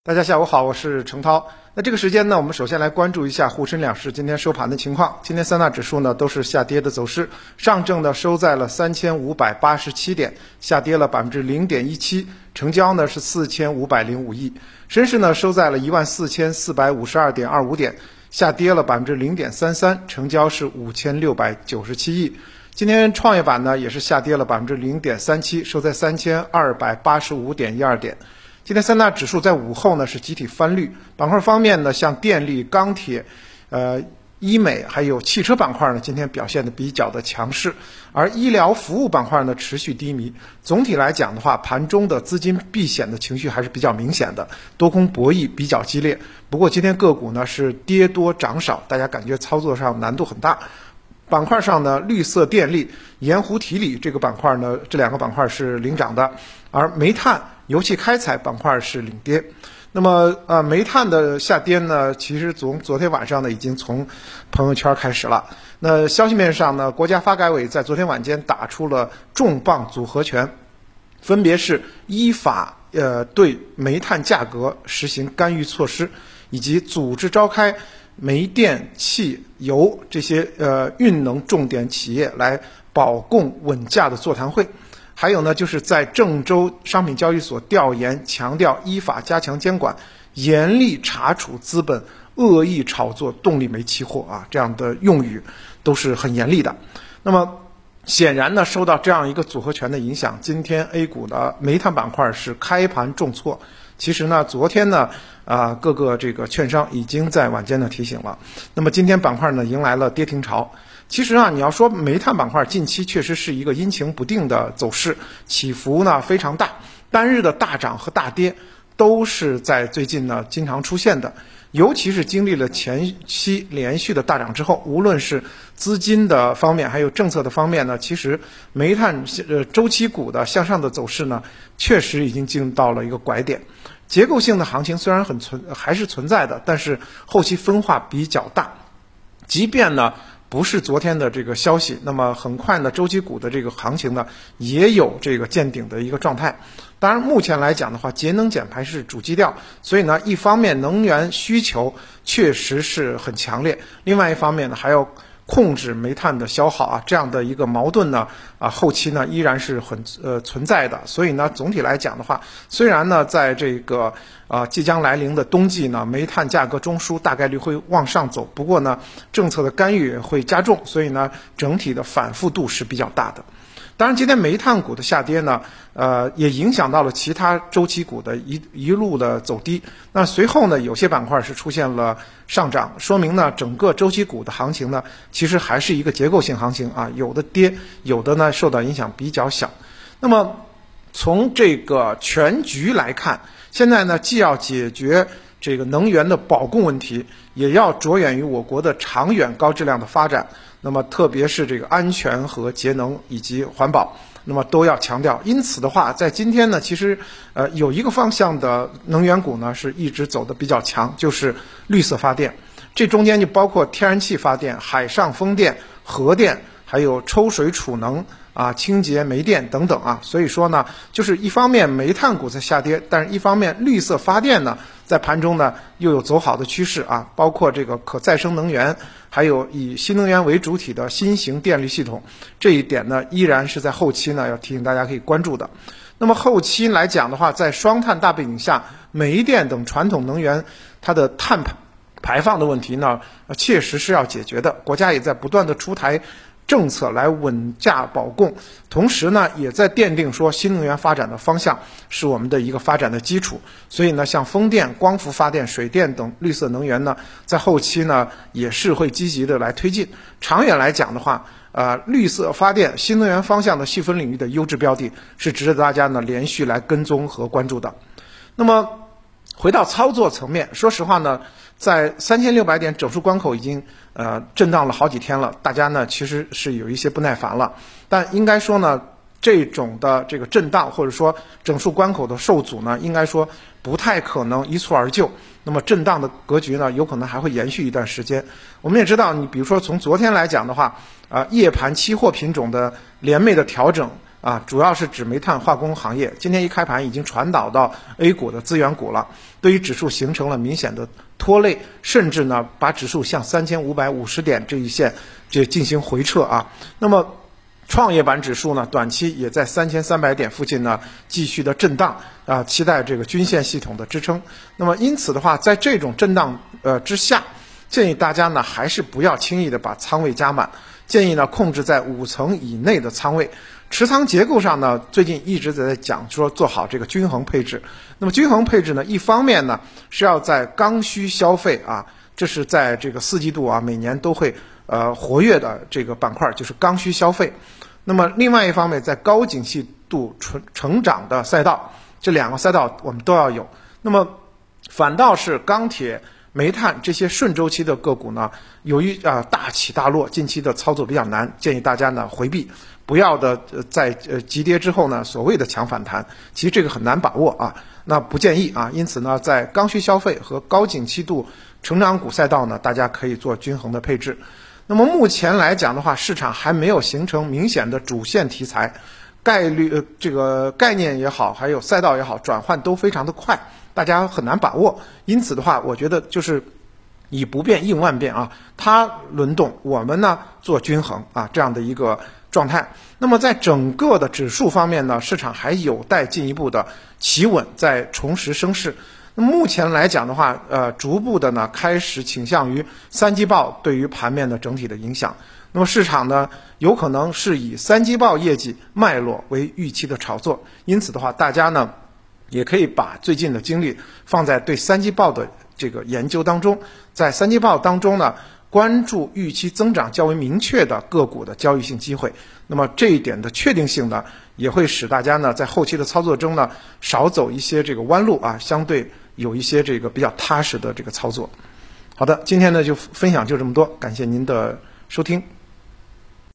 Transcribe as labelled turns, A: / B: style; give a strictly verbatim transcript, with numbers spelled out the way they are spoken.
A: 大家下午好，我是程涛。那这个时间呢，我们首先来关注一下沪深两市今天收盘的情况。今天三大指数呢都是下跌的走势，上证呢收在了三千五百八十七点，下跌了百分之零点一七，成交呢是四千五百零五亿。深市呢收在了一万四千四百五十二点二五点，下跌了百分之零点三三，成交是五千六百九十七亿。今天创业板呢也是下跌了百分之零点三七，收在三千二百八十五点一二点。今天三大指数在午后呢是集体翻绿，板块方面呢，像电力、钢铁、呃医美还有汽车板块呢，今天表现的比较的强势，而医疗服务板块呢持续低迷。总体来讲的话，盘中的资金避险的情绪还是比较明显的，多空博弈比较激烈。不过今天个股呢是跌多涨少，大家感觉操作上难度很大。板块上呢，绿色电力、盐湖提锂这个板块呢，这两个板块是领涨的，而煤炭、油气开采板块是领跌。那么呃，煤炭的下跌呢，其实从昨天晚上呢已经从朋友圈开始了。那消息面上呢，国家发改委在昨天晚间打出了重磅组合拳，分别是依法呃对煤炭价格实行干预措施，以及组织召开煤电气油这些呃运能重点企业来保供稳价的座谈会。还有呢，就是在郑州商品交易所调研，强调依法加强监管，严厉查处资本恶意炒作动力煤期货啊，这样的用语都是很严厉的。那么显然呢，受到这样一个组合拳的影响，今天 A 股的煤炭板块是开盘重挫。其实呢，昨天呢，啊、呃，各个这个券商已经在晚间呢提醒了。那么今天板块呢迎来了跌停潮。其实啊，你要说煤炭板块近期确实是一个阴晴不定的走势，起伏呢非常大，单日的大涨和大跌都是在最近呢经常出现的。尤其是经历了前期连续的大涨之后，无论是资金的方面还有政策的方面呢，其实煤炭呃周期股的向上的走势呢，确实已经进入到了一个拐点。结构性的行情虽然很存还是存在的，但是后期分化比较大。即便呢不是昨天的这个消息，那么很快呢，周期股的这个行情呢，也有这个见顶的一个状态。当然，目前来讲的话，节能减排是主基调，所以呢，一方面能源需求确实是很强烈，另外一方面呢，还要控制煤炭的消耗啊，这样的一个矛盾呢，啊，后期呢依然是很呃存在的。所以呢，总体来讲的话，虽然呢，在这个啊即将来临的冬季呢，煤炭价格中枢大概率会往上走，不过呢，政策的干预会加重，所以呢，整体的反复度是比较大的。当然，今天煤炭股的下跌呢，呃，也影响到了其他周期股的一一路的走低。那随后呢，有些板块是出现了上涨，说明呢，整个周期股的行情呢，其实还是一个结构性行情啊，有的跌，有的呢受到影响比较小。那么从这个全局来看，现在呢，既要解决这个能源的保供问题，也要着眼于我国的长远高质量的发展。那么特别是这个安全和节能以及环保，那么都要强调。因此的话，在今天呢，其实呃有一个方向的能源股呢是一直走的比较强，就是绿色发电。这中间就包括天然气发电、海上风电、核电，还有抽水储能啊、清洁煤电等等啊。所以说呢，就是一方面煤炭股在下跌，但是一方面绿色发电呢在盘中呢又有走好的趋势啊，包括这个可再生能源，还有以新能源为主体的新型电力系统，这一点呢依然是在后期呢要提醒大家可以关注的。那么后期来讲的话，在双碳大背景下，煤电等传统能源它的碳排放的问题呢，确实是要解决的。国家也在不断的出台政策来稳价保供，同时呢，也在奠定说新能源发展的方向是我们的一个发展的基础。所以呢，像风电、光伏发电、水电等绿色能源呢，在后期呢也是会积极的来推进。长远来讲的话，呃，绿色发电、新能源方向的细分领域的优质标的是值得大家呢连续来跟踪和关注的。那么回到操作层面，说实话呢，在三千六百点整数关口已经呃震荡了好几天了，大家呢其实是有一些不耐烦了。但应该说呢，这种的这个震荡或者说整数关口的受阻呢，应该说不太可能一蹴而就。那么震荡的格局呢，有可能还会延续一段时间。我们也知道，你比如说从昨天来讲的话，啊、呃，夜盘期货品种的连袂的调整。 啊，主要是指煤炭化工行业，今天一开盘已经传导到 A 股的资源股了，对于指数形成了明显的拖累，甚至呢把指数向三千五百五十点这一线就进行回撤啊。那么创业板指数呢，短期也在三千三百点附近呢继续的震荡啊，期待这个均线系统的支撑。那么因此的话，在这种震荡呃之下，建议大家呢还是不要轻易的把仓位加满，建议呢控制在五成以内的仓位。持仓结构上呢，最近一直在讲说做好这个均衡配置。那么均衡配置呢，一方面呢是要在刚需消费啊，这是在这个四季度啊每年都会呃活跃的这个板块，就是刚需消费。那么另外一方面，在高景气度成成长的赛道，这两个赛道我们都要有。那么反倒是钢铁、煤炭这些顺周期的个股呢，由于啊、呃、大起大落，近期的操作比较难，建议大家呢回避，不要的呃在呃急跌之后呢所谓的强反弹，其实这个很难把握啊，那不建议啊。因此呢，在刚需消费和高景气度成长股赛道呢，大家可以做均衡的配置。那么目前来讲的话，市场还没有形成明显的主线题材，概率呃这个概念也好，还有赛道也好，转换都非常的快，大家很难把握。因此的话，我觉得就是以不变应万变啊，它轮动，我们呢做均衡啊，这样的一个状态。那么在整个的指数方面呢，市场还有待进一步的企稳，再重拾升势。那目前来讲的话，呃，逐步的呢开始倾向于三季报对于盘面的整体的影响。那么市场呢有可能是以三季报业绩脉络为预期的炒作，因此的话，大家呢也可以把最近的精力放在对三季报的这个研究当中，在三季报当中呢，关注预期增长较为明确的个股的交易性机会。那么这一点的确定性呢，也会使大家呢在后期的操作中呢少走一些这个弯路啊，相对有一些这个比较踏实的这个操作。好的，今天呢就分享就这么多，感谢您的收听。